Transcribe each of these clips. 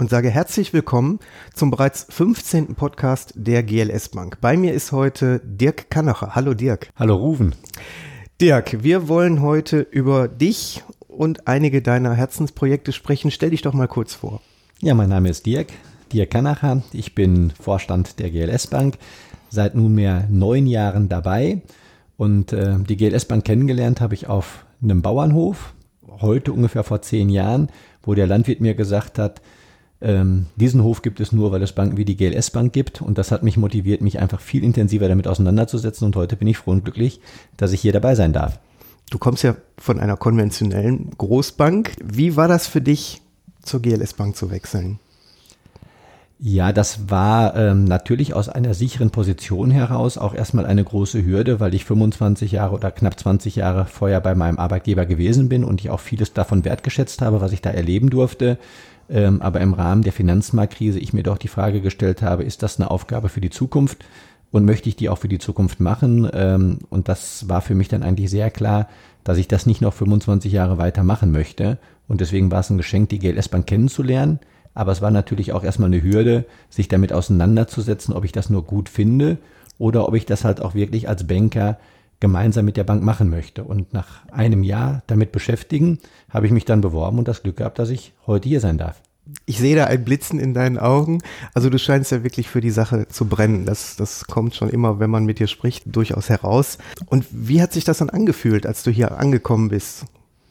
und sage herzlich willkommen zum bereits 15. Podcast der GLS Bank. Bei mir ist heute Dirk Kanacher. Hallo Dirk. Hallo Ruven. Dirk, wir wollen heute über dich und einige deiner Herzensprojekte sprechen. Stell dich doch mal kurz vor. Ja, mein Name ist Dirk Kanacher. Ich bin Vorstand der GLS Bank, seit nunmehr 9 Jahren dabei. Und die GLS Bank kennengelernt habe ich auf einem Bauernhof, heute ungefähr vor 10 Jahren, wo der Landwirt mir gesagt hat, diesen Hof gibt es nur, weil es Banken wie die GLS Bank gibt. Und das hat mich motiviert, mich einfach viel intensiver damit auseinanderzusetzen. Und heute bin ich froh und glücklich, dass ich hier dabei sein darf. Du kommst ja von einer konventionellen Großbank. Wie war das für dich, zur GLS Bank zu wechseln? Ja, das war natürlich aus einer sicheren Position heraus auch erstmal eine große Hürde, weil ich 25 Jahre oder knapp 20 Jahre vorher bei meinem Arbeitgeber gewesen bin und ich auch vieles davon wertgeschätzt habe, was ich da erleben durfte. Aber im Rahmen der Finanzmarktkrise ich mir doch die Frage gestellt habe, ist das eine Aufgabe für die Zukunft und möchte ich die auch für die Zukunft machen? Und das war für mich dann eigentlich sehr klar, dass ich das nicht noch 25 Jahre weitermachen möchte. Und deswegen war es ein Geschenk, die GLS Bank kennenzulernen. Aber es war natürlich auch erstmal eine Hürde, sich damit auseinanderzusetzen, ob ich das nur gut finde oder ob ich das halt auch wirklich als Banker gemeinsam mit der Bank machen möchte. Und nach einem Jahr damit beschäftigen, habe ich mich dann beworben und das Glück gehabt, dass ich heute hier sein darf. Ich sehe da ein Blitzen in deinen Augen. Also du scheinst ja wirklich für die Sache zu brennen. Das kommt schon immer, wenn man mit dir spricht, durchaus heraus. Und wie hat sich das dann angefühlt, als du hier angekommen bist?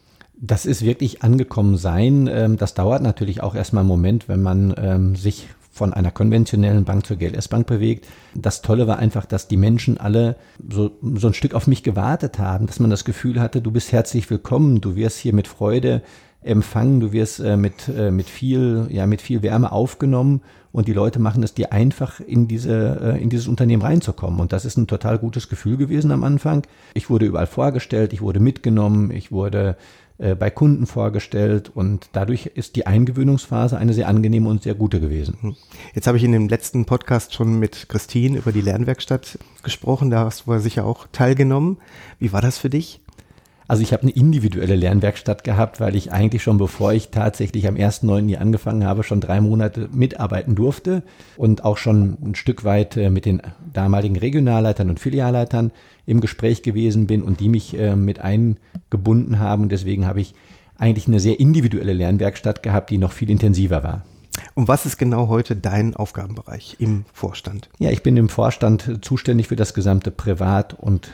Das ist wirklich angekommen sein. Das dauert natürlich auch erstmal einen Moment, wenn man sich von einer konventionellen Bank zur GLS Bank bewegt. Das Tolle war einfach, dass die Menschen alle so ein Stück auf mich gewartet haben, dass man das Gefühl hatte, du bist herzlich willkommen, du wirst hier mit Freude empfangen, du wirst mit viel Wärme aufgenommen und die Leute machen es dir einfach, in dieses Unternehmen reinzukommen. Und das ist ein total gutes Gefühl gewesen am Anfang. Ich wurde überall vorgestellt, ich wurde mitgenommen, ich wurde bei Kunden vorgestellt und dadurch ist die Eingewöhnungsphase eine sehr angenehme und sehr gute gewesen. Jetzt habe ich in dem letzten Podcast schon mit Christine über die Lernwerkstatt gesprochen, da hast du sicher auch teilgenommen. Wie war das für dich? Also ich habe eine individuelle Lernwerkstatt gehabt, weil ich eigentlich schon, bevor ich tatsächlich am 1.9. hier angefangen habe, schon 3 Monate mitarbeiten durfte und auch schon ein Stück weit mit den damaligen Regionalleitern und Filialleitern im Gespräch gewesen bin und die mich mit eingebunden haben. Und deswegen habe ich eigentlich eine sehr individuelle Lernwerkstatt gehabt, die noch viel intensiver war. Und was ist genau heute dein Aufgabenbereich im Vorstand? Ja, ich bin im Vorstand zuständig für das gesamte Privat- und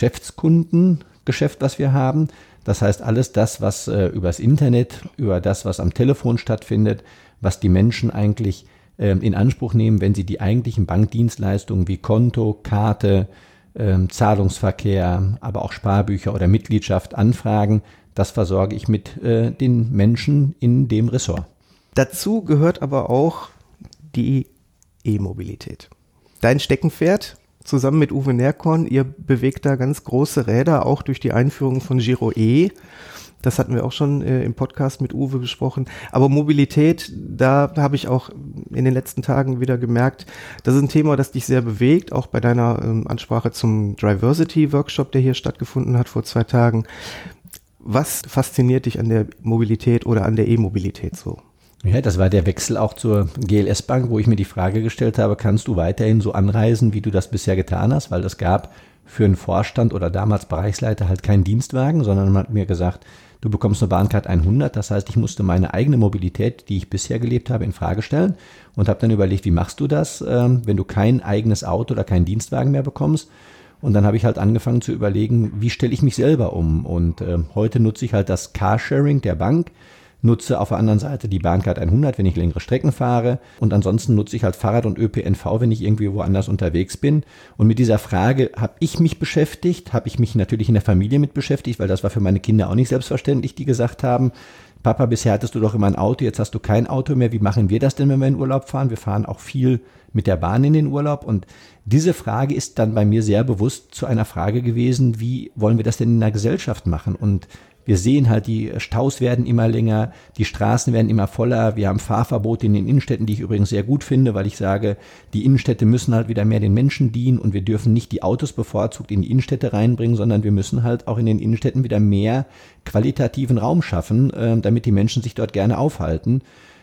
Geschäftskundengeschäft, was wir haben. Das heißt, alles das, was übers Internet, über das, was am Telefon stattfindet, was die Menschen eigentlich in Anspruch nehmen, wenn sie die eigentlichen Bankdienstleistungen wie Konto, Karte, Zahlungsverkehr, aber auch Sparbücher oder Mitgliedschaft anfragen, das versorge ich mit den Menschen in dem Ressort. Dazu gehört aber auch die E-Mobilität. Dein Steckenpferd, zusammen mit Uwe Nerkorn, ihr bewegt da ganz große Räder, auch durch die Einführung von Giro E. Das hatten wir auch schon im Podcast mit Uwe besprochen. Aber Mobilität, da habe ich auch in den letzten Tagen wieder gemerkt, das ist ein Thema, das dich sehr bewegt, auch bei deiner Ansprache zum Driversity-Workshop, der hier stattgefunden hat vor 2 Tagen. Was fasziniert dich an der Mobilität oder an der E-Mobilität so? Ja, das war der Wechsel auch zur GLS Bank, wo ich mir die Frage gestellt habe, kannst du weiterhin so anreisen, wie du das bisher getan hast? Weil es gab für einen Vorstand oder damals Bereichsleiter halt keinen Dienstwagen, sondern man hat mir gesagt, du bekommst eine Bahncard 100. Das heißt, ich musste meine eigene Mobilität, die ich bisher gelebt habe, in Frage stellen und habe dann überlegt, wie machst du das, wenn du kein eigenes Auto oder keinen Dienstwagen mehr bekommst? Und dann habe ich halt angefangen zu überlegen, wie stelle ich mich selber um? Und heute nutze ich halt das Carsharing der Bank, nutze auf der anderen Seite die Bahncard 100, wenn ich längere Strecken fahre und ansonsten nutze ich halt Fahrrad und ÖPNV, wenn ich irgendwie woanders unterwegs bin. Und mit dieser Frage habe ich mich beschäftigt, habe ich mich natürlich in der Familie mit beschäftigt, weil das war für meine Kinder auch nicht selbstverständlich, die gesagt haben, Papa, bisher hattest du doch immer ein Auto, jetzt hast du kein Auto mehr, wie machen wir das denn, wenn wir in Urlaub fahren? Wir fahren auch viel mit der Bahn in den Urlaub und diese Frage ist dann bei mir sehr bewusst zu einer Frage gewesen, wie wollen wir das denn in der Gesellschaft machen? Und wir sehen halt, die Staus werden immer länger, die Straßen werden immer voller, wir haben Fahrverbote in den Innenstädten, die ich übrigens sehr gut finde, weil ich sage, die Innenstädte müssen halt wieder mehr den Menschen dienen und wir dürfen nicht die Autos bevorzugt in die Innenstädte reinbringen, sondern wir müssen halt auch in den Innenstädten wieder mehr qualitativen Raum schaffen, damit die Menschen sich dort gerne aufhalten.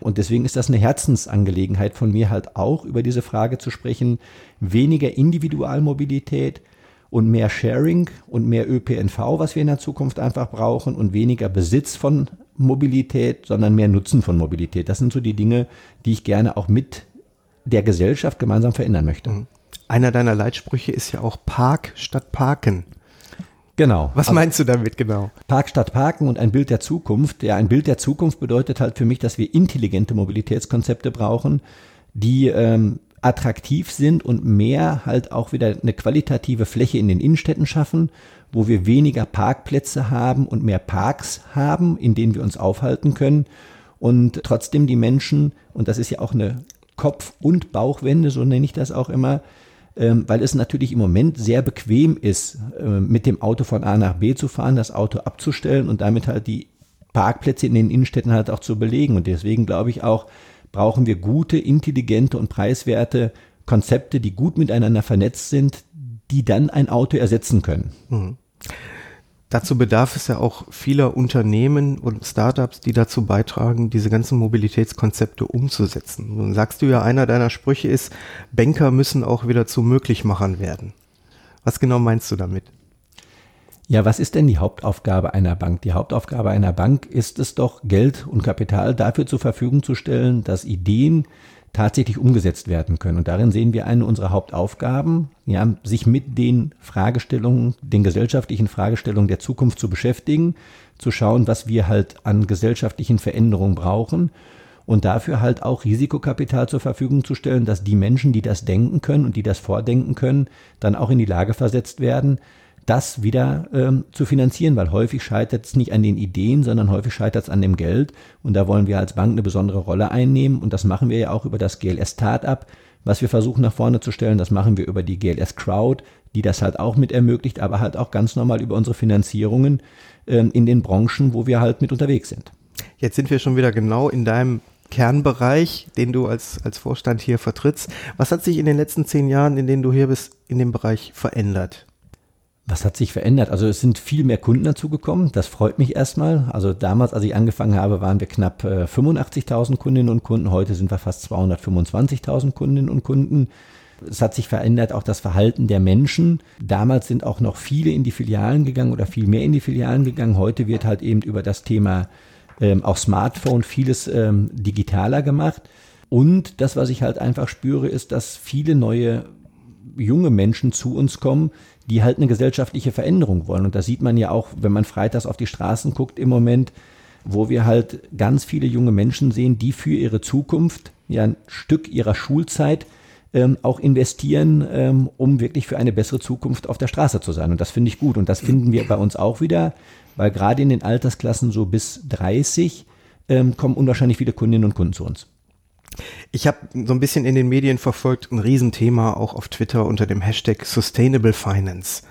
Und deswegen ist das eine Herzensangelegenheit von mir halt auch, über diese Frage zu sprechen, weniger Individualmobilität und mehr Sharing und mehr ÖPNV, was wir in der Zukunft einfach brauchen, und weniger Besitz von Mobilität, sondern mehr Nutzen von Mobilität. Das sind so die Dinge, die ich gerne auch mit der Gesellschaft gemeinsam verändern möchte. Einer deiner Leitsprüche ist ja auch Park statt Parken. Genau. Was meinst du damit genau? Park statt Parken und ein Bild der Zukunft. Ja, ein Bild der Zukunft bedeutet halt für mich, dass wir intelligente Mobilitätskonzepte brauchen, die attraktiv sind und mehr halt auch wieder eine qualitative Fläche in den Innenstädten schaffen, wo wir weniger Parkplätze haben und mehr Parks haben, in denen wir uns aufhalten können und trotzdem die Menschen, und das ist ja auch eine Kopf- und Bauchwende, so nenne ich das auch immer, weil es natürlich im Moment sehr bequem ist, mit dem Auto von A nach B zu fahren, das Auto abzustellen und damit halt die Parkplätze in den Innenstädten halt auch zu belegen. Und deswegen glaube ich auch, brauchen wir gute, intelligente und preiswerte Konzepte, die gut miteinander vernetzt sind, die dann ein Auto ersetzen können. Dazu bedarf es ja auch vieler Unternehmen und Startups, die dazu beitragen, diese ganzen Mobilitätskonzepte umzusetzen. Nun sagst du ja, einer deiner Sprüche ist, Banker müssen auch wieder zu Möglichmachern werden. Was genau meinst du damit? Ja, was ist denn die Hauptaufgabe einer Bank? Die Hauptaufgabe einer Bank ist es doch, Geld und Kapital dafür zur Verfügung zu stellen, dass Ideen tatsächlich umgesetzt werden können. Und darin sehen wir eine unserer Hauptaufgaben, ja, sich mit den Fragestellungen, den gesellschaftlichen Fragestellungen der Zukunft zu beschäftigen, zu schauen, was wir halt an gesellschaftlichen Veränderungen brauchen und dafür halt auch Risikokapital zur Verfügung zu stellen, dass die Menschen, die das denken können und die das vordenken können, dann auch in die Lage versetzt werden, das wieder zu finanzieren, weil häufig scheitert es nicht an den Ideen, sondern häufig scheitert es an dem Geld. Und da wollen wir als Bank eine besondere Rolle einnehmen. Und das machen wir ja auch über das GLS Startup, was wir versuchen nach vorne zu stellen. Das machen wir über die GLS Crowd, die das halt auch mit ermöglicht, aber halt auch ganz normal über unsere Finanzierungen in den Branchen, wo wir halt mit unterwegs sind. Jetzt sind wir schon wieder genau in deinem Kernbereich, den du als Vorstand hier vertrittst. Was hat sich in den letzten 10 Jahren, in denen du hier bist, in dem Bereich verändert? Was hat sich verändert? Also es sind viel mehr Kunden dazugekommen. Das freut mich erstmal. Also damals, als ich angefangen habe, waren wir knapp 85.000 Kundinnen und Kunden. Heute sind wir fast 225.000 Kundinnen und Kunden. Es hat sich verändert auch das Verhalten der Menschen. Damals sind auch noch viele in die Filialen gegangen oder viel mehr in die Filialen gegangen. Heute wird halt eben über das Thema auch Smartphone vieles digitaler gemacht. Und das, was ich halt einfach spüre, ist, dass viele neue junge Menschen zu uns kommen, die halt eine gesellschaftliche Veränderung wollen. Und das sieht man ja auch, wenn man freitags auf die Straßen guckt im Moment, wo wir halt ganz viele junge Menschen sehen, die für ihre Zukunft ja ein Stück ihrer Schulzeit auch investieren, um wirklich für eine bessere Zukunft auf der Straße zu sein. Und das finde ich gut. Und das finden wir bei uns auch wieder, weil gerade in den Altersklassen so bis 30 kommen unwahrscheinlich viele Kundinnen und Kunden zu uns. Ich habe so ein bisschen in den Medien verfolgt, ein Riesenthema auch auf Twitter unter dem Hashtag Sustainable Finance.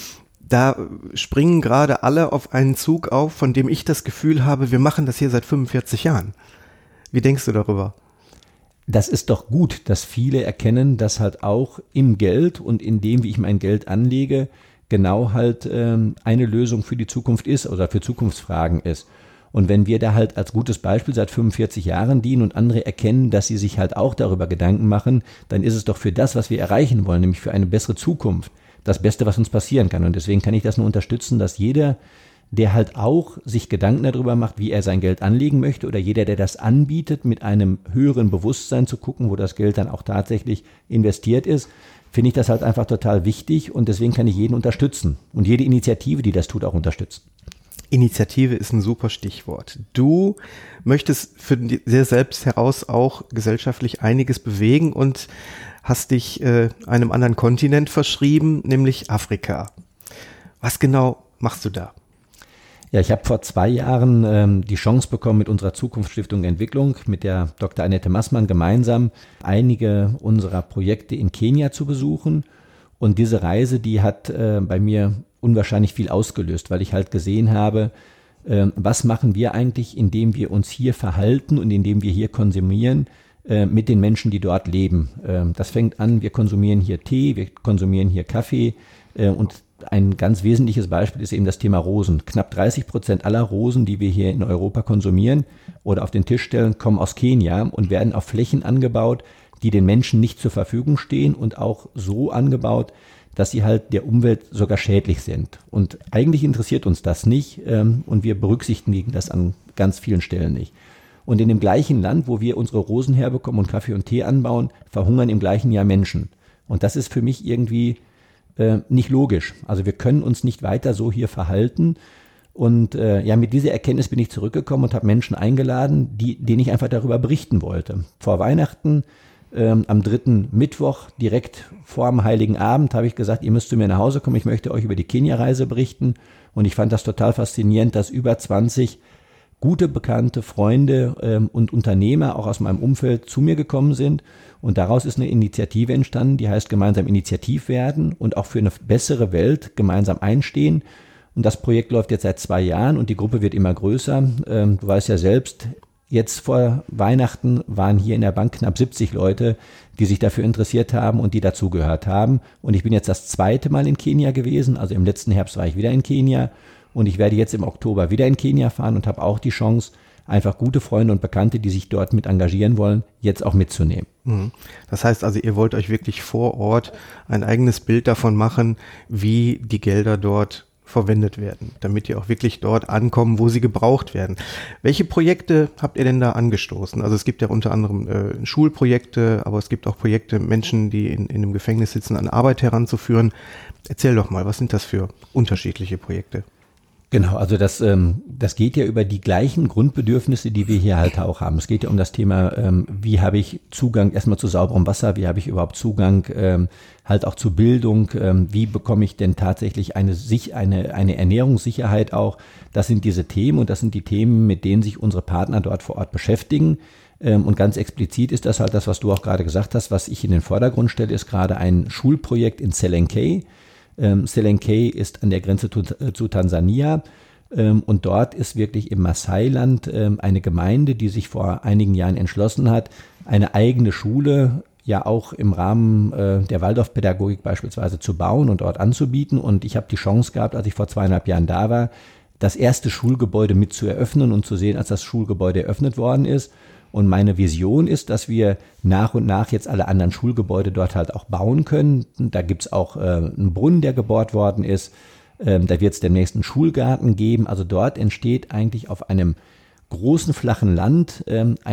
Da springen gerade alle auf einen Zug auf, von dem ich das Gefühl habe, wir machen das hier seit 45 Jahren. Wie denkst du darüber? Das ist doch gut, dass viele erkennen, dass halt auch im Geld und in dem, wie ich mein Geld anlege, genau halt eine Lösung für die Zukunft ist oder für Zukunftsfragen ist. Und wenn wir da halt als gutes Beispiel seit 45 Jahren dienen und andere erkennen, dass sie sich halt auch darüber Gedanken machen, dann ist es doch für das, was wir erreichen wollen, nämlich für eine bessere Zukunft, das Beste, was uns passieren kann. Und deswegen kann ich das nur unterstützen, dass jeder, der halt auch sich Gedanken darüber macht, wie er sein Geld anlegen möchte, oder jeder, der das anbietet, mit einem höheren Bewusstsein zu gucken, wo das Geld dann auch tatsächlich investiert ist, finde ich das halt einfach total wichtig. Und deswegen kann ich jeden unterstützen und jede Initiative, die das tut, auch unterstützen. Initiative ist ein super Stichwort. Du möchtest für dir selbst heraus auch gesellschaftlich einiges bewegen und hast dich einem anderen Kontinent verschrieben, nämlich Afrika. Was genau machst du da? Ja, ich habe vor 2 Jahren die Chance bekommen, mit unserer Zukunftsstiftung Entwicklung, mit der Dr. Annette Maßmann gemeinsam einige unserer Projekte in Kenia zu besuchen. Und diese Reise, die hat bei mir unwahrscheinlich viel ausgelöst, weil ich halt gesehen habe, was machen wir eigentlich, indem wir uns hier verhalten und indem wir hier konsumieren mit den Menschen, die dort leben. Das fängt an, wir konsumieren hier Tee, wir konsumieren hier Kaffee und ein ganz wesentliches Beispiel ist eben das Thema Rosen. Knapp 30% aller Rosen, die wir hier in Europa konsumieren oder auf den Tisch stellen, kommen aus Kenia und werden auf Flächen angebaut, die den Menschen nicht zur Verfügung stehen und auch so angebaut, dass sie halt der Umwelt sogar schädlich sind. Und eigentlich interessiert uns das nicht und wir berücksichtigen das an ganz vielen Stellen nicht. Und in dem gleichen Land, wo wir unsere Rosen herbekommen und Kaffee und Tee anbauen, verhungern im gleichen Jahr Menschen. Und das ist für mich irgendwie nicht logisch. Also wir können uns nicht weiter so hier verhalten. Und mit dieser Erkenntnis bin ich zurückgekommen und habe Menschen eingeladen, denen ich einfach darüber berichten wollte. Vor Weihnachten, am 3. Mittwoch, direkt vor dem Heiligen Abend, habe ich gesagt, ihr müsst zu mir nach Hause kommen, ich möchte euch über die Kenia-Reise berichten. Und ich fand das total faszinierend, dass über 20 gute, bekannte Freunde und Unternehmer auch aus meinem Umfeld zu mir gekommen sind. Und daraus ist eine Initiative entstanden, die heißt gemeinsam Initiativ werden und auch für eine bessere Welt gemeinsam einstehen. Und das Projekt läuft jetzt seit 2 Jahren und die Gruppe wird immer größer. Du weißt ja selbst, jetzt vor Weihnachten waren hier in der Bank knapp 70 Leute, die sich dafür interessiert haben und die dazugehört haben. Und ich bin jetzt das 2. Mal in Kenia gewesen, also im letzten Herbst war ich wieder in Kenia. Und ich werde jetzt im Oktober wieder in Kenia fahren und habe auch die Chance, einfach gute Freunde und Bekannte, die sich dort mit engagieren wollen, jetzt auch mitzunehmen. Das heißt also, ihr wollt euch wirklich vor Ort ein eigenes Bild davon machen, wie die Gelder dort verwendet werden, damit die auch wirklich dort ankommen, wo sie gebraucht werden. Welche Projekte habt ihr denn da angestoßen? Also es gibt ja unter anderem Schulprojekte, aber es gibt auch Projekte, Menschen, die in einem Gefängnis sitzen, an Arbeit heranzuführen. Erzähl doch mal, was sind das für unterschiedliche Projekte? Genau, also das geht ja über die gleichen Grundbedürfnisse, die wir hier halt auch haben. Es geht ja um das Thema, wie habe ich Zugang erstmal zu sauberem Wasser, wie habe ich überhaupt Zugang halt auch zu Bildung, wie bekomme ich denn tatsächlich eine Ernährungssicherheit auch. Das sind diese Themen und das sind die Themen, mit denen sich unsere Partner dort vor Ort beschäftigen. Und ganz explizit ist das halt das, was du auch gerade gesagt hast, was ich in den Vordergrund stelle, ist gerade ein Schulprojekt in Selenkei. Selenkei ist an der Grenze zu Tansania und dort ist wirklich im Maasai-Land eine Gemeinde, die sich vor einigen Jahren entschlossen hat, eine eigene Schule ja auch im Rahmen der Waldorfpädagogik beispielsweise zu bauen und dort anzubieten. Und ich habe die Chance gehabt, als ich vor 2,5 Jahren da war, das erste Schulgebäude mit zu eröffnen und zu sehen, als das Schulgebäude eröffnet worden ist. Und meine Vision ist, dass wir nach und nach jetzt alle anderen Schulgebäude dort halt auch bauen können. Da gibt's auch einen Brunnen, der gebohrt worden ist. Da wird es demnächst einen Schulgarten geben. Also dort entsteht eigentlich auf einem großen, flachen Land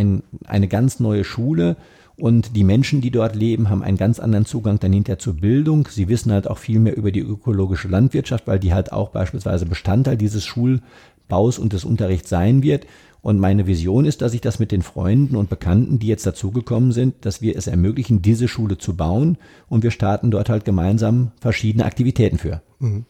eine ganz neue Schule. Und die Menschen, die dort leben, haben einen ganz anderen Zugang dann hinterher zur Bildung. Sie wissen halt auch viel mehr über die ökologische Landwirtschaft, weil die halt auch beispielsweise Bestandteil dieses Schulbaus und des Unterrichts sein wird. Und meine Vision ist, dass ich das mit den Freunden und Bekannten, die jetzt dazugekommen sind, dass wir es ermöglichen, diese Schule zu bauen. Und wir starten dort halt gemeinsam verschiedene Aktivitäten für.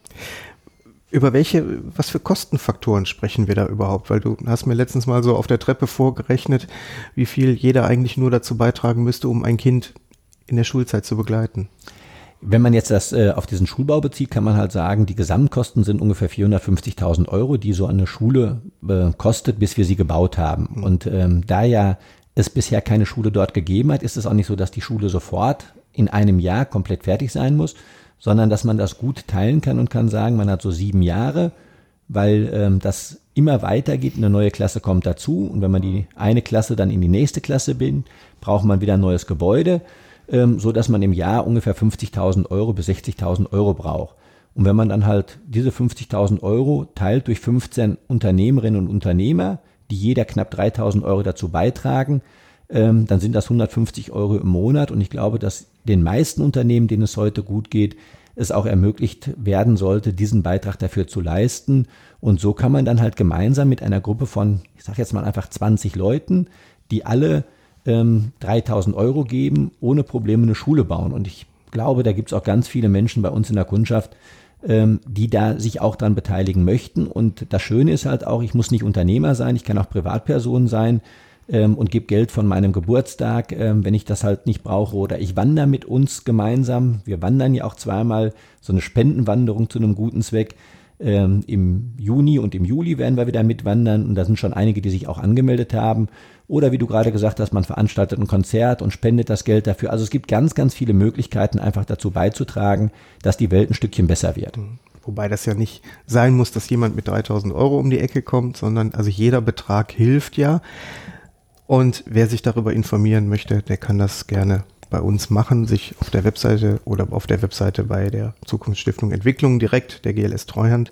Über was für Kostenfaktoren sprechen wir da überhaupt? Weil du hast mir letztens mal so auf der Treppe vorgerechnet, wie viel jeder eigentlich nur dazu beitragen müsste, um ein Kind in der Schulzeit zu begleiten. Wenn man jetzt das auf diesen Schulbau bezieht, kann man halt sagen, die Gesamtkosten sind ungefähr 450.000 €, die so eine Schule kostet, bis wir sie gebaut haben. Und da ja es bisher keine Schule dort gegeben hat, ist es auch nicht so, dass die Schule sofort in einem Jahr komplett fertig sein muss, sondern dass man das gut teilen kann und kann sagen, man hat so 7 Jahre, weil das immer weitergeht, eine neue Klasse kommt dazu und wenn man die eine Klasse dann in die nächste Klasse bindet, braucht man wieder ein neues Gebäude, so dass man im Jahr ungefähr 50.000 € bis 60.000 € braucht. Und wenn man dann halt diese 50.000 € teilt durch 15 Unternehmerinnen und Unternehmer, die jeder knapp 3.000 € dazu beitragen, dann sind das 150 € im Monat. Und ich glaube, dass den meisten Unternehmen, denen es heute gut geht, es auch ermöglicht werden sollte, diesen Beitrag dafür zu leisten. Und so kann man dann halt gemeinsam mit einer Gruppe von, ich sage jetzt mal einfach 20 Leuten, die alle 3.000 € geben, ohne Probleme eine Schule bauen. Und ich glaube, da gibt es auch ganz viele Menschen bei uns in der Kundschaft, die da sich auch dran beteiligen möchten. Und das Schöne ist halt auch, ich muss nicht Unternehmer sein, ich kann auch Privatperson sein und gebe Geld von meinem Geburtstag, wenn ich das halt nicht brauche. Oder ich wandere mit uns gemeinsam. Wir wandern ja auch zweimal, so eine Spendenwanderung zu einem guten Zweck. Im Juni und im Juli werden wir wieder mitwandern und da sind schon einige, die sich auch angemeldet haben. Oder wie du gerade gesagt hast, man veranstaltet ein Konzert und spendet das Geld dafür. Also es gibt ganz, ganz viele Möglichkeiten, einfach dazu beizutragen, dass die Welt ein Stückchen besser wird. Wobei das ja nicht sein muss, dass jemand mit 3.000 Euro um die Ecke kommt, sondern also jeder Betrag hilft ja. Und wer sich darüber informieren möchte, der kann das gerne bei uns machen, sich auf der Webseite oder auf der Webseite bei der Zukunftsstiftung Entwicklung direkt, der GLS Treuhand.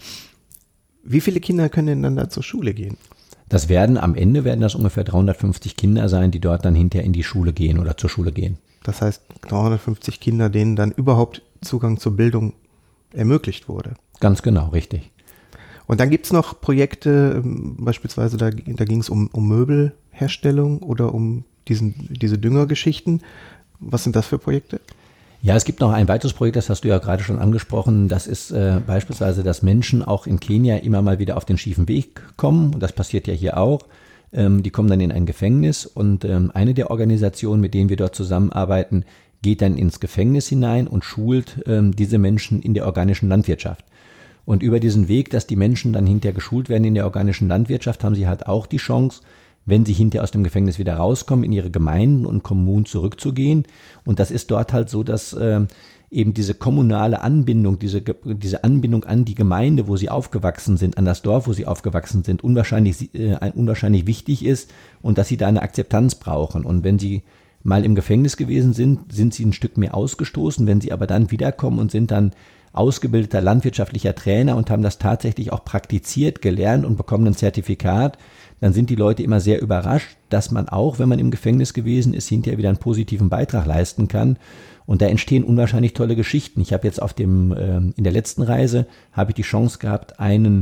Wie viele Kinder können denn dann da zur Schule gehen? Am Ende werden das ungefähr 350 Kinder sein, die dort dann hinterher in die Schule gehen oder zur Schule gehen. Das heißt 350 Kinder, denen dann überhaupt Zugang zur Bildung ermöglicht wurde. Ganz genau, richtig. Und dann gibt's noch Projekte, beispielsweise da ging es um Möbelherstellung oder um diese Düngergeschichten. Was sind das für Projekte? Ja, es gibt noch ein weiteres Projekt, das hast du ja gerade schon angesprochen. Das ist beispielsweise, dass Menschen auch in Kenia immer mal wieder auf den schiefen Weg kommen. Und das passiert ja hier auch. Die kommen dann in ein Gefängnis und eine der Organisationen, mit denen wir dort zusammenarbeiten, geht dann ins Gefängnis hinein und schult diese Menschen in der organischen Landwirtschaft. Und über diesen Weg, dass die Menschen dann hinterher geschult werden in der organischen Landwirtschaft, haben sie halt auch die Chance, wenn sie hinterher aus dem Gefängnis wieder rauskommen, in ihre Gemeinden und Kommunen zurückzugehen. Und das ist dort halt so, dass eben diese kommunale Anbindung, diese Anbindung an die Gemeinde, wo sie aufgewachsen sind, an das Dorf, wo sie aufgewachsen sind, unwahrscheinlich wichtig ist und dass sie da eine Akzeptanz brauchen. Und wenn sie mal im Gefängnis gewesen sind, sind sie ein Stück mehr ausgestoßen. Wenn sie aber dann wiederkommen und sind dann ausgebildeter landwirtschaftlicher Trainer und haben das tatsächlich auch praktiziert, gelernt und bekommen ein Zertifikat, dann sind die Leute immer sehr überrascht, dass man auch, wenn man im Gefängnis gewesen ist, hinterher wieder einen positiven Beitrag leisten kann. Und da entstehen unwahrscheinlich tolle Geschichten. Ich habe jetzt in der letzten Reise, habe ich die Chance gehabt, einen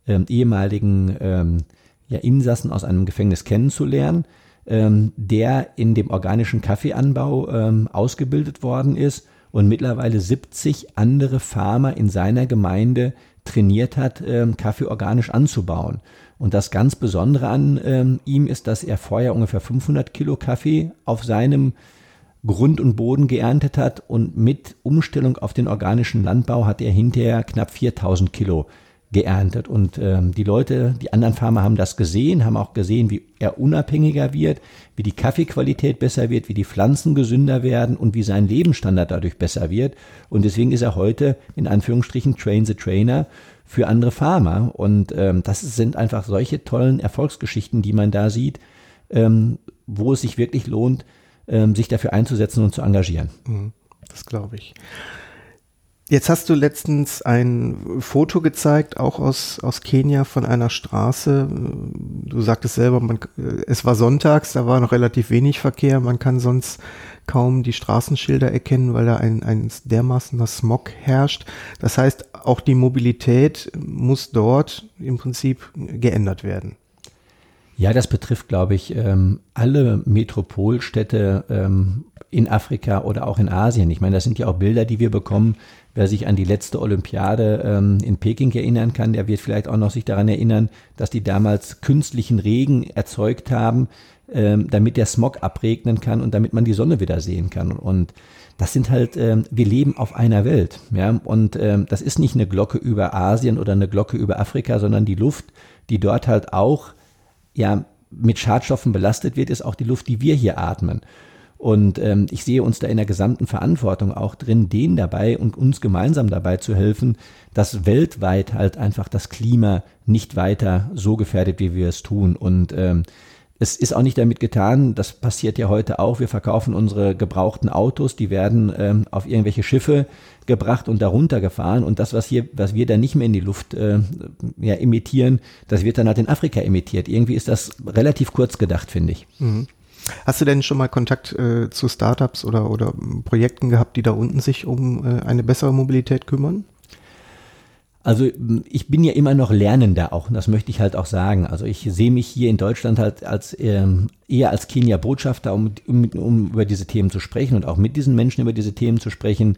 ehemaligen Insassen aus einem Gefängnis kennenzulernen, der in dem organischen Kaffeeanbau ausgebildet worden ist und mittlerweile 70 andere Farmer in seiner Gemeinde trainiert hat, Kaffee organisch anzubauen. Und das ganz Besondere an ihm ist, dass er vorher ungefähr 500 Kilo Kaffee auf seinem Grund und Boden geerntet hat und mit Umstellung auf den organischen Landbau hat er hinterher knapp 4.000 Kilo geerntet. Und die anderen Farmer haben das gesehen, haben auch gesehen, wie er unabhängiger wird, wie die Kaffeequalität besser wird, wie die Pflanzen gesünder werden und wie sein Lebensstandard dadurch besser wird. Und deswegen ist er heute in Anführungsstrichen Train the Trainer für andere Farmer. Und das sind einfach solche tollen Erfolgsgeschichten, die man da sieht, wo es sich wirklich lohnt, sich dafür einzusetzen und zu engagieren. Das glaube ich. Jetzt hast du letztens ein Foto gezeigt, auch aus Kenia von einer Straße. Du sagtest selber, es war sonntags, da war noch relativ wenig Verkehr. Man kann sonst kaum die Straßenschilder erkennen, weil da ein dermaßener Smog herrscht. Das heißt, auch die Mobilität muss dort im Prinzip geändert werden. Ja, das betrifft, glaube ich, alle Metropolstädte in Afrika oder auch in Asien. Ich meine, das sind ja auch Bilder, die wir bekommen. Wer sich an die letzte Olympiade in Peking erinnern kann, der wird vielleicht auch noch sich daran erinnern, dass die damals künstlichen Regen erzeugt haben, damit der Smog abregnen kann und damit man die Sonne wieder sehen kann. Und das sind halt, wir leben auf einer Welt. Ja? Und das ist nicht eine Glocke über Asien oder eine Glocke über Afrika, sondern die Luft, die dort halt auch mit Schadstoffen belastet wird, ist auch die Luft, die wir hier atmen. Und ich sehe uns da in der gesamten Verantwortung auch drin, denen dabei und uns gemeinsam dabei zu helfen, dass weltweit halt einfach das Klima nicht weiter so gefährdet, wie wir es tun. Und es ist auch nicht damit getan, das passiert ja heute auch, wir verkaufen unsere gebrauchten Autos, die werden auf irgendwelche Schiffe gebracht und darunter gefahren und das, was wir dann nicht mehr in die Luft emittieren, das wird dann halt in Afrika emittiert. Irgendwie ist das relativ kurz gedacht, finde ich. Mhm. Hast du denn schon mal Kontakt zu Startups oder Projekten gehabt, die da unten sich um eine bessere Mobilität kümmern? Also ich bin ja immer noch Lernender auch, und das möchte ich halt auch sagen. Also ich sehe mich hier in Deutschland halt eher als Kenia-Botschafter, um über diese Themen zu sprechen und auch mit diesen Menschen über diese Themen zu sprechen.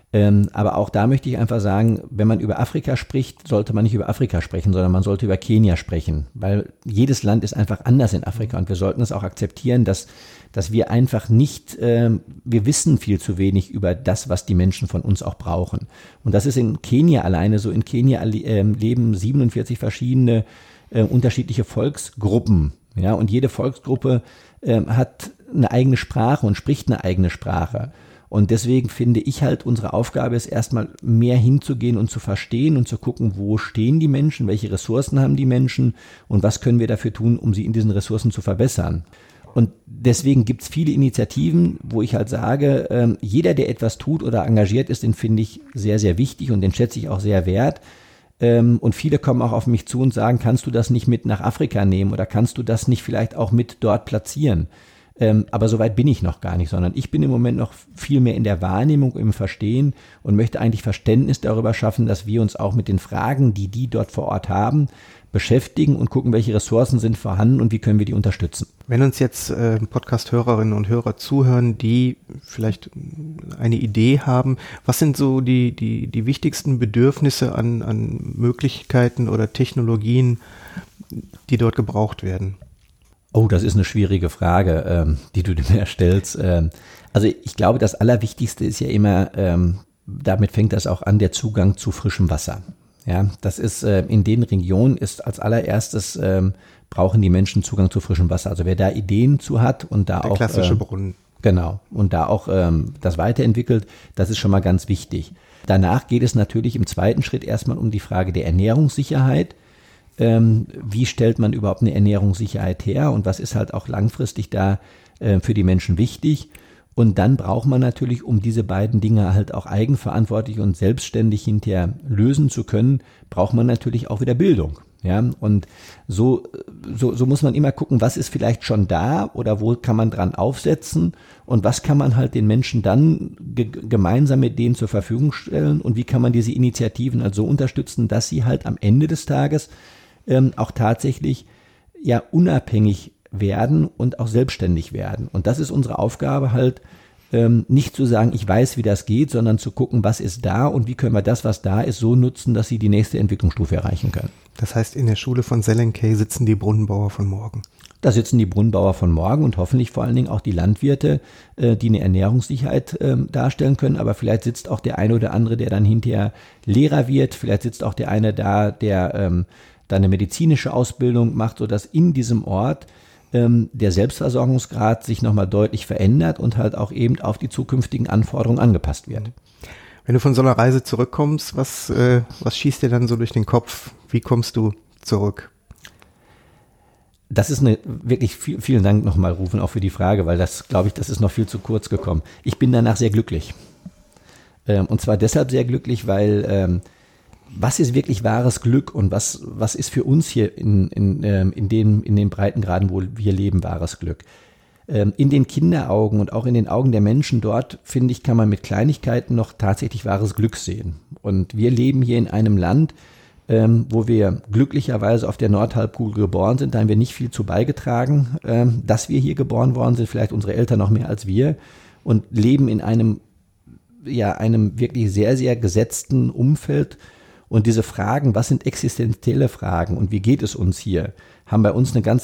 Aber auch da möchte ich einfach sagen, wenn man über Afrika spricht, sollte man nicht über Afrika sprechen, sondern man sollte über Kenia sprechen, weil jedes Land ist einfach anders in Afrika und wir sollten es auch akzeptieren, dass wir einfach nicht, wir wissen viel zu wenig über das, was die Menschen von uns auch brauchen. Und das ist in Kenia alleine so. In Kenia leben 47 verschiedene unterschiedliche Volksgruppen, ja, und jede Volksgruppe hat eine eigene Sprache und spricht eine eigene Sprache. Und deswegen finde ich halt, unsere Aufgabe ist erstmal mehr hinzugehen und zu verstehen und zu gucken, wo stehen die Menschen, welche Ressourcen haben die Menschen und was können wir dafür tun, um sie in diesen Ressourcen zu verbessern. Und deswegen gibt es viele Initiativen, wo ich halt sage, jeder, der etwas tut oder engagiert ist, den finde ich sehr, sehr wichtig und den schätze ich auch sehr wert. Und viele kommen auch auf mich zu und sagen, kannst du das nicht mit nach Afrika nehmen oder kannst du das nicht vielleicht auch mit dort platzieren? Aber so weit bin ich noch gar nicht, sondern ich bin im Moment noch viel mehr in der Wahrnehmung, im Verstehen und möchte eigentlich Verständnis darüber schaffen, dass wir uns auch mit den Fragen, die dort vor Ort haben, beschäftigen und gucken, welche Ressourcen sind vorhanden und wie können wir die unterstützen. Wenn uns jetzt Podcast-Hörerinnen und Hörer zuhören, die vielleicht eine Idee haben, was sind so die wichtigsten Bedürfnisse an Möglichkeiten oder Technologien, die dort gebraucht werden? Oh, das ist eine schwierige Frage, die du mir stellst. Also ich glaube, das Allerwichtigste ist ja immer, damit fängt das auch an, der Zugang zu frischem Wasser. Ja, das ist in den Regionen ist als allererstes brauchen die Menschen Zugang zu frischem Wasser. Also wer da Ideen zu hat und da der auch klassische Brunnen. Genau, und da auch das weiterentwickelt, das ist schon mal ganz wichtig. Danach geht es natürlich im zweiten Schritt erstmal um die Frage der Ernährungssicherheit. Wie stellt man überhaupt eine Ernährungssicherheit her und was ist halt auch langfristig da für die Menschen wichtig? Und dann braucht man natürlich, um diese beiden Dinge halt auch eigenverantwortlich und selbstständig hinterher lösen zu können, braucht man natürlich auch wieder Bildung. Ja, und so muss man immer gucken, was ist vielleicht schon da oder wo kann man dran aufsetzen und was kann man halt den Menschen dann gemeinsam mit denen zur Verfügung stellen und wie kann man diese Initiativen halt so unterstützen, dass sie halt am Ende des Tages auch tatsächlich ja unabhängig werden und auch selbstständig werden. Und das ist unsere Aufgabe halt, nicht zu sagen, ich weiß, wie das geht, sondern zu gucken, was ist da und wie können wir das, was da ist, so nutzen, dass sie die nächste Entwicklungsstufe erreichen können. Das heißt, in der Schule von Selenkey sitzen die Brunnenbauer von morgen. Da sitzen die Brunnenbauer von morgen und hoffentlich vor allen Dingen auch die Landwirte, die eine Ernährungssicherheit darstellen können. Aber vielleicht sitzt auch der eine oder andere, der dann hinterher Lehrer wird. Vielleicht sitzt auch der eine da, der da eine medizinische Ausbildung macht, sodass in diesem Ort der Selbstversorgungsgrad sich nochmal deutlich verändert und halt auch eben auf die zukünftigen Anforderungen angepasst wird. Wenn du von so einer Reise zurückkommst, was schießt dir dann so durch den Kopf? Wie kommst du zurück? Das ist wirklich vielen Dank nochmal, Rufen, auch für die Frage, weil das, glaube ich, das ist noch viel zu kurz gekommen. Ich bin danach sehr glücklich. Und zwar deshalb sehr glücklich, weil was ist wirklich wahres Glück und was ist für uns hier in den Breitengraden, wo wir leben, wahres Glück? In den Kinderaugen und auch in den Augen der Menschen dort, finde ich, kann man mit Kleinigkeiten noch tatsächlich wahres Glück sehen. Und wir leben hier in einem Land, wo wir glücklicherweise auf der Nordhalbkugel geboren sind. Da haben wir nicht viel zu beigetragen, dass wir hier geboren worden sind, vielleicht unsere Eltern noch mehr als wir, und leben in einem wirklich sehr, sehr gesetzten Umfeld. Und diese Fragen, was sind existenzielle Fragen und wie geht es uns hier, haben bei uns eine ganz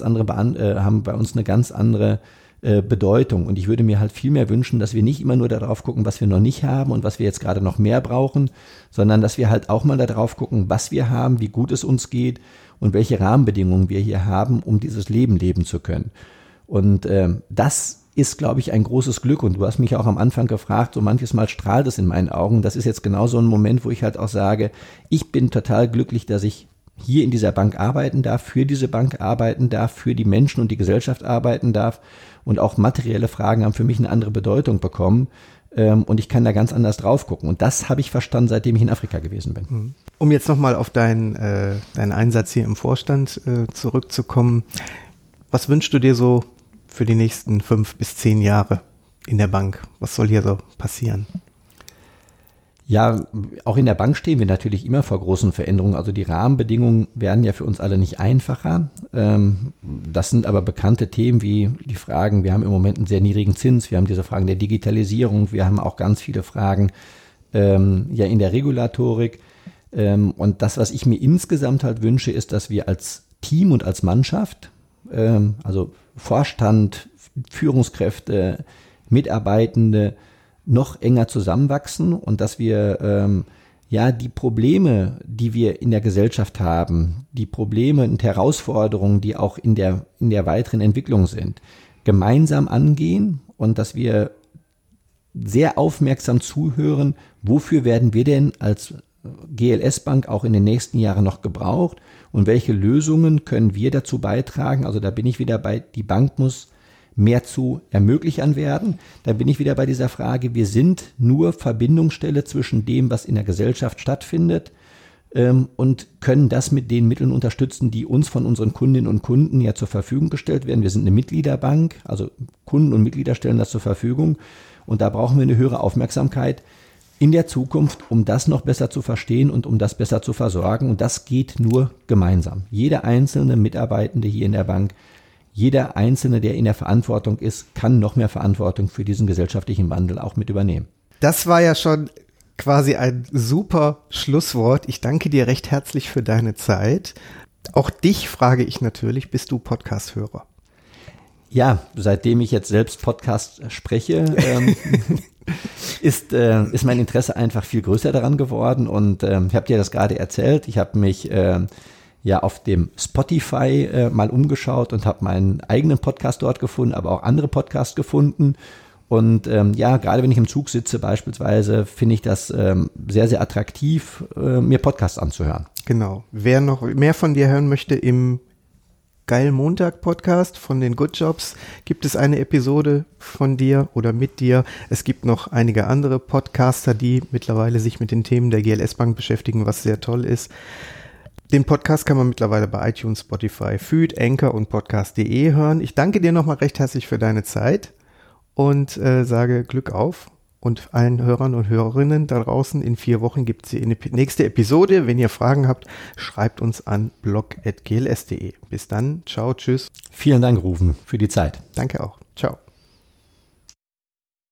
andere Bedeutung. Und ich würde mir halt viel mehr wünschen, dass wir nicht immer nur darauf gucken, was wir noch nicht haben und was wir jetzt gerade noch mehr brauchen, sondern dass wir halt auch mal darauf gucken, was wir haben, wie gut es uns geht und welche Rahmenbedingungen wir hier haben, um dieses Leben leben zu können. Und das ist, glaube ich, ein großes Glück. Und du hast mich auch am Anfang gefragt, so manches Mal strahlt es in meinen Augen. Das ist jetzt genau so ein Moment, wo ich halt auch sage, ich bin total glücklich, dass ich hier in dieser Bank arbeiten darf, für diese Bank arbeiten darf, für die Menschen und die Gesellschaft arbeiten darf. Und auch materielle Fragen haben für mich eine andere Bedeutung bekommen. Und ich kann da ganz anders drauf gucken. Und das habe ich verstanden, seitdem ich in Afrika gewesen bin. Um jetzt nochmal auf deinen Einsatz hier im Vorstand zurückzukommen. Was wünschst du dir so für die nächsten 5 bis 10 Jahre in der Bank? Was soll hier so passieren? Ja, auch in der Bank stehen wir natürlich immer vor großen Veränderungen. Also die Rahmenbedingungen werden ja für uns alle nicht einfacher. Das sind aber bekannte Themen wie die Fragen, wir haben im Moment einen sehr niedrigen Zins, wir haben diese Fragen der Digitalisierung, wir haben auch ganz viele Fragen in der Regulatorik. Und das, was ich mir insgesamt halt wünsche, ist, dass wir als Team und als Mannschaft, also Vorstand, Führungskräfte, Mitarbeitende, noch enger zusammenwachsen und dass wir die Probleme, die wir in der Gesellschaft haben, die Probleme und Herausforderungen, die auch in der weiteren Entwicklung sind, gemeinsam angehen und dass wir sehr aufmerksam zuhören, wofür werden wir denn als GLS Bank auch in den nächsten Jahren noch gebraucht und welche Lösungen können wir dazu beitragen. Also da bin ich wieder bei, die Bank muss mehr zu Ermöglichern werden. Da bin ich wieder bei dieser Frage, wir sind nur Verbindungsstelle zwischen dem, was in der Gesellschaft stattfindet und können das mit den Mitteln unterstützen, die uns von unseren Kundinnen und Kunden ja zur Verfügung gestellt werden. Wir sind eine Mitgliederbank, also Kunden und Mitglieder stellen das zur Verfügung und da brauchen wir eine höhere Aufmerksamkeit in der Zukunft, um das noch besser zu verstehen und um das besser zu versorgen. Und das geht nur gemeinsam. Jeder einzelne Mitarbeitende hier in der Bank, jeder Einzelne, der in der Verantwortung ist, kann noch mehr Verantwortung für diesen gesellschaftlichen Wandel auch mit übernehmen. Das war ja schon quasi ein super Schlusswort. Ich danke dir recht herzlich für deine Zeit. Auch dich frage ich natürlich, bist du Podcast-Hörer? Ja, seitdem ich jetzt selbst Podcast spreche, ist mein Interesse einfach viel größer daran geworden und ich habe dir das gerade erzählt. Ich habe mich auf dem Spotify mal umgeschaut und habe meinen eigenen Podcast dort gefunden, aber auch andere Podcasts gefunden. Und gerade wenn ich im Zug sitze beispielsweise, finde ich das sehr, sehr attraktiv, mir Podcasts anzuhören. Genau. Wer noch mehr von dir hören möchte, im Geil Montag Podcast von den Good Jobs gibt es eine Episode von dir oder mit dir. Es gibt noch einige andere Podcaster, die mittlerweile sich mit den Themen der GLS Bank beschäftigen, was sehr toll ist. Den Podcast kann man mittlerweile bei iTunes, Spotify, Feed, Anchor und Podcast.de hören. Ich danke dir nochmal recht herzlich für deine Zeit und sage Glück auf. Und allen Hörern und Hörerinnen da draußen, in 4 Wochen gibt es die nächste Episode. Wenn ihr Fragen habt, schreibt uns an blog@gls.de. Bis dann, ciao, tschüss. Vielen Dank, Rufen, für die Zeit. Danke auch, ciao.